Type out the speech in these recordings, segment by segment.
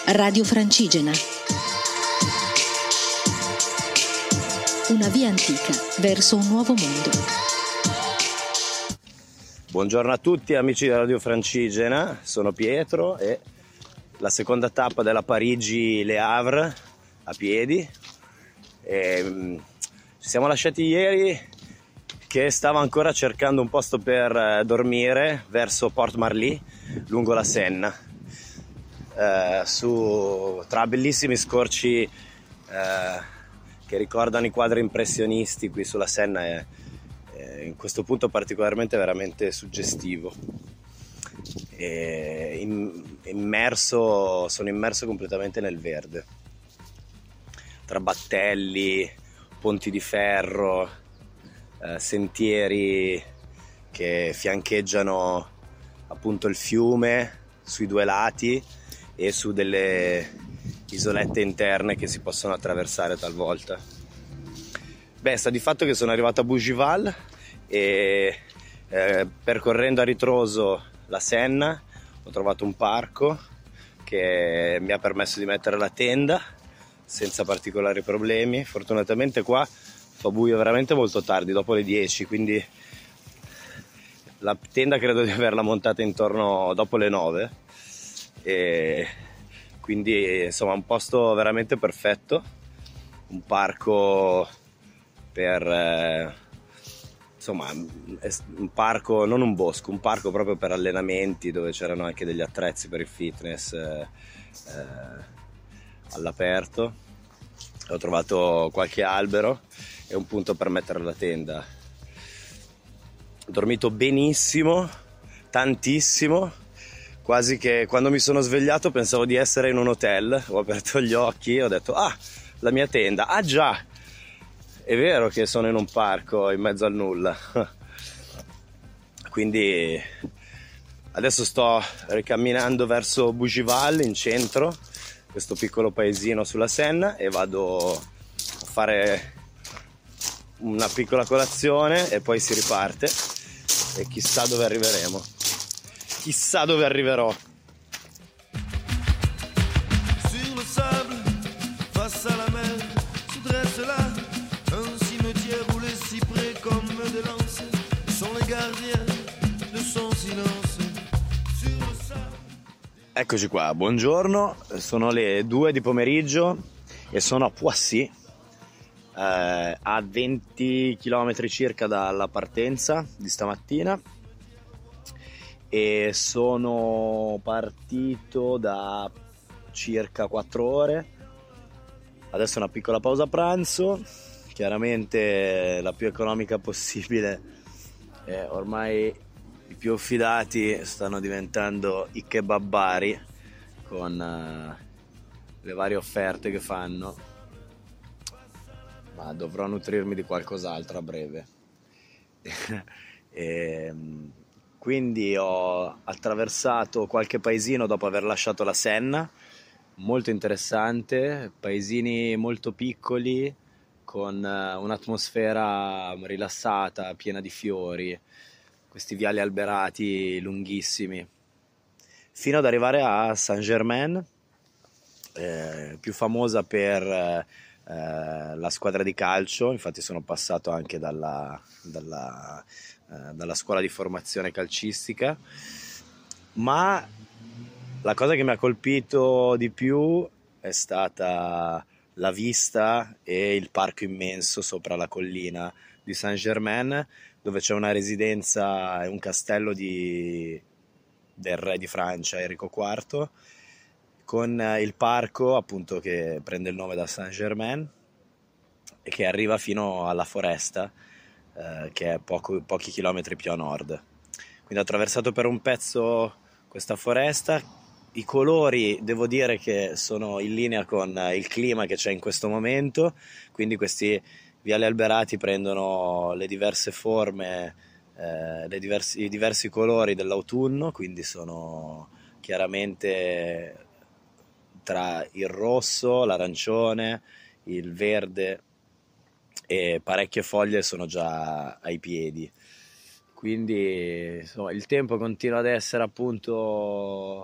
Radio Francigena. Una via antica verso un nuovo mondo. Buongiorno a tutti amici di Radio Francigena, sono Pietro e la seconda tappa della Parigi-Le Havre a piedi. Ci siamo lasciati ieri che stavo ancora cercando un posto per dormire verso Port Marly, lungo la Senna, tra bellissimi scorci che ricordano i quadri impressionisti qui sulla Senna. In questo punto particolarmente veramente suggestivo. Sono immerso completamente nel verde, tra battelli, ponti di ferro, sentieri che fiancheggiano appunto il fiume sui due lati e su delle isolette interne che si possono attraversare talvolta. Sta di fatto che sono arrivato a Bougival e percorrendo a ritroso la Senna ho trovato un parco che mi ha permesso di mettere la tenda senza particolari problemi. Fortunatamente qua fa buio veramente molto tardi, dopo le 10, quindi la tenda credo di averla montata intorno dopo le 9 e quindi insomma un posto veramente perfetto, un parco un parco, non un bosco, un parco proprio per allenamenti, dove c'erano anche degli attrezzi per il fitness all'aperto. Ho trovato qualche albero e un punto per mettere la tenda. Ho dormito benissimo, tantissimo, quasi che quando mi sono svegliato pensavo di essere in un hotel. Ho aperto gli occhi e ho detto la mia tenda, già, è vero che sono in un parco in mezzo al nulla. Quindi adesso sto ricamminando verso Bougival in centro, questo piccolo paesino sulla Senna, e vado a fare una piccola colazione e poi si riparte e chissà dove arriveremo, chissà dove arriverò. Sur le sable, face à la mer, se dresse là un cimetière où les cyprès comme des lances sont les gardiens de son silence. Sur le sable. Eccoci qua, buongiorno, sono le 2 di pomeriggio e sono a Poissy, a 20 km circa dalla partenza di stamattina, e sono partito da circa 4 ore. Adesso una piccola pausa pranzo, chiaramente la più economica possibile. Ormai i più affidati stanno diventando i kebabari con le varie offerte che fanno, ma dovrò nutrirmi di qualcos'altro a breve. Quindi ho attraversato qualche paesino dopo aver lasciato la Senna, molto interessante, paesini molto piccoli con un'atmosfera rilassata, piena di fiori, questi viali alberati lunghissimi, fino ad arrivare a Saint-Germain, più famosa per la squadra di calcio. Infatti sono passato anche dalla scuola di formazione calcistica, ma la cosa che mi ha colpito di più è stata la vista e il parco immenso sopra la collina di Saint-Germain, dove c'è una residenza e un castello del re di Francia Enrico IV, con il parco appunto che prende il nome da Saint-Germain e che arriva fino alla foresta, che è pochi chilometri più a nord. Quindi ho attraversato per un pezzo questa foresta. I colori devo dire che sono in linea con il clima che c'è in questo momento, quindi questi viali alberati prendono le diverse forme, i diversi colori dell'autunno, quindi sono chiaramente tra il rosso, l'arancione, il verde, e parecchie foglie sono già ai piedi. Quindi insomma, il tempo continua ad essere appunto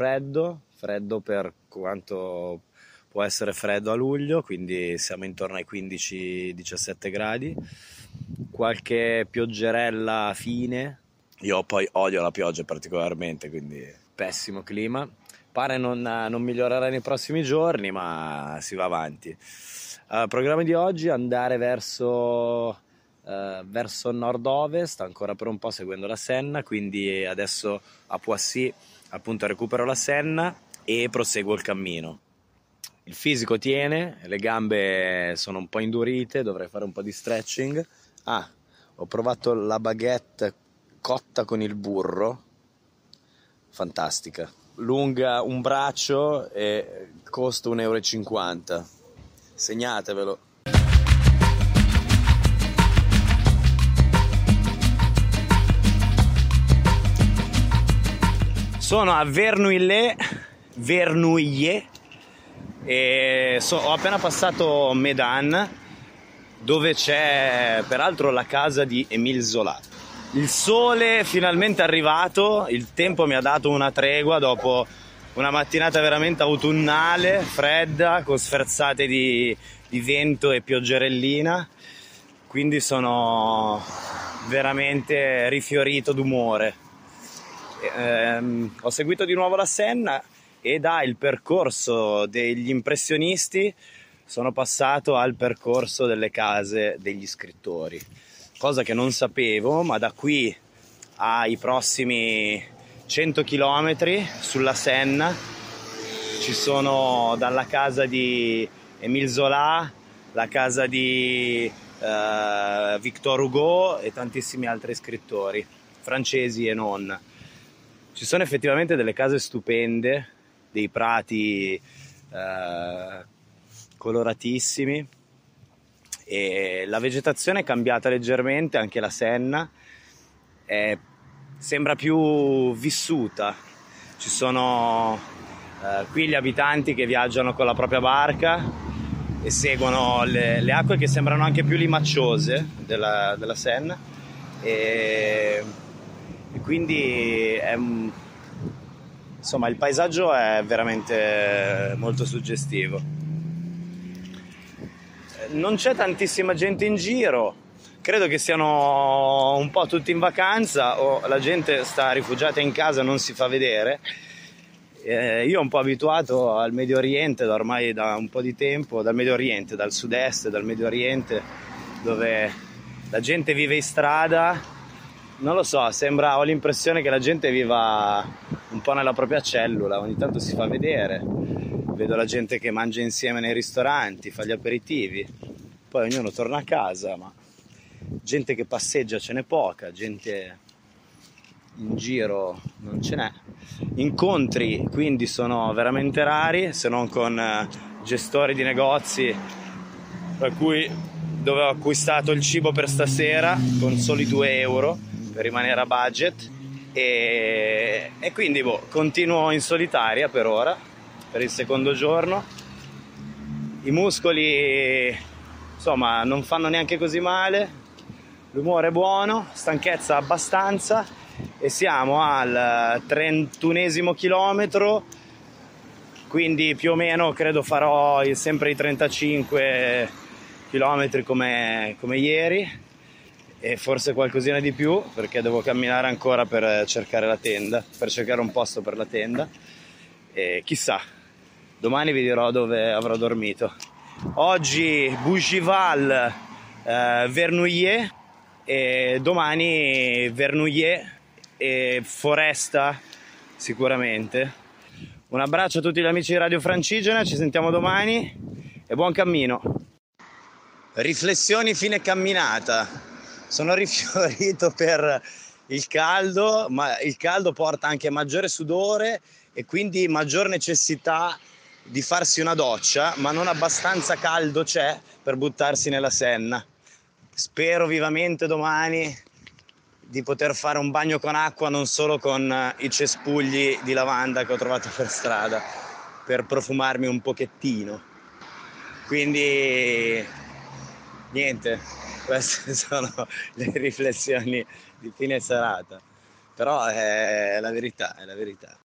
freddo per quanto può essere freddo a luglio, quindi siamo intorno ai 15-17 gradi, qualche pioggerella fine. Io poi odio la pioggia particolarmente, quindi pessimo clima. Pare non migliorerà nei prossimi giorni, ma si va avanti. Programma di oggi: andare verso nord-ovest, ancora per un po' seguendo la Senna, quindi adesso a Poissy appunto recupero la Senna e proseguo il cammino. Il fisico tiene, le gambe sono un po' indurite, dovrei fare un po' di stretching. Ho provato la baguette cotta con il burro, fantastica, lunga un braccio e costa 1,50 €, segnatevelo. Sono a Vernouillet e ho appena passato Médane, dove c'è peraltro la casa di Émile Zola. Il sole è finalmente arrivato, il tempo mi ha dato una tregua dopo una mattinata veramente autunnale, fredda, con sferzate di vento e pioggerellina, quindi sono veramente rifiorito d'umore. Ho seguito di nuovo la Senna e dal percorso degli impressionisti sono passato al percorso delle case degli scrittori, cosa che non sapevo, ma da qui ai prossimi 100 km sulla Senna ci sono dalla casa di Émile Zola, la casa di Victor Hugo e tantissimi altri scrittori, francesi e non. Ci sono effettivamente delle case stupende, dei prati coloratissimi e la vegetazione è cambiata leggermente, anche la Senna sembra più vissuta. Ci sono qui gli abitanti che viaggiano con la propria barca e seguono le acque che sembrano anche più limacciose della Senna e quindi insomma il paesaggio è veramente molto suggestivo. Non c'è tantissima gente in giro, credo che siano un po' tutti in vacanza o la gente sta rifugiata in casa e non si fa vedere. Io un po' abituato al Medio Oriente ormai da un po' di tempo, dal Medio Oriente, dal sud-est, dal Medio Oriente, dove la gente vive in strada. Non lo so, ho l'impressione che la gente viva un po' nella propria cellula, ogni tanto si fa vedere, vedo la gente che mangia insieme nei ristoranti, fa gli aperitivi, poi ognuno torna a casa, ma gente che passeggia ce n'è poca, gente in giro non ce n'è. Incontri quindi sono veramente rari, se non con gestori di negozi dove ho acquistato il cibo per stasera con soli 2 euro per rimanere a budget e quindi continuo in solitaria per ora, per il secondo giorno. I muscoli insomma non fanno neanche così male, l'umore è buono, stanchezza abbastanza e siamo al 31esimo chilometro, quindi più o meno credo farò sempre i 35 chilometri come ieri e forse qualcosina di più, perché devo camminare ancora per cercare la tenda, per cercare un posto per la tenda e chissà, domani vi dirò dove avrò dormito. Oggi Bougival, Vernouillet e domani Vernouillet e Foresta sicuramente. Un abbraccio a tutti gli amici di Radio Francigena, ci sentiamo domani e buon cammino. Riflessioni fine camminata. Sono rifiorito per il caldo, ma il caldo porta anche maggiore sudore e quindi maggior necessità di farsi una doccia, ma non abbastanza caldo c'è per buttarsi nella Senna. Spero vivamente domani di poter fare un bagno con acqua, non solo con i cespugli di lavanda che ho trovato per strada, per profumarmi un pochettino. Quindi niente, queste sono le riflessioni di fine serata, però è la verità, è la verità.